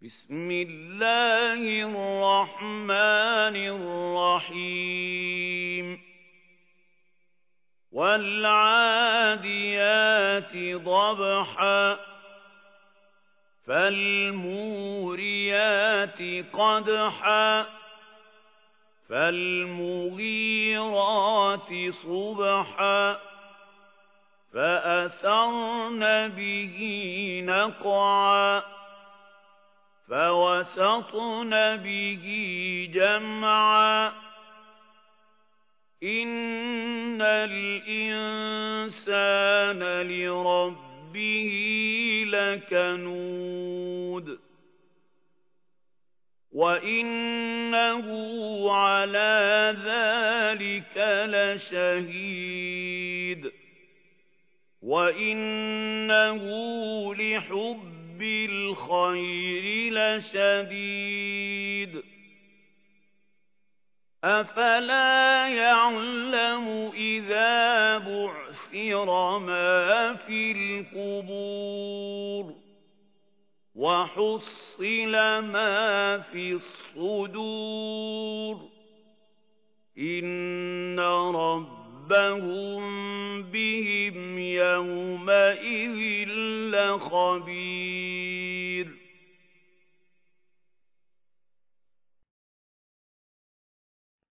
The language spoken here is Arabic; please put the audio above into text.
بسم الله الرحمن الرحيم والعاديات ضبحا فالموريات قدحا فالمغيرات صبحا فأثرن به نقعا فوسطن به جمعا إن الإنسان لربه لكنود وإنه على ذلك لشهيد وإنه لحب الخير لشديد أفلا يعلم إذا بعثر ما في القبور وحصل ما في الصدور إن ربهم بهم يومئذ لخبير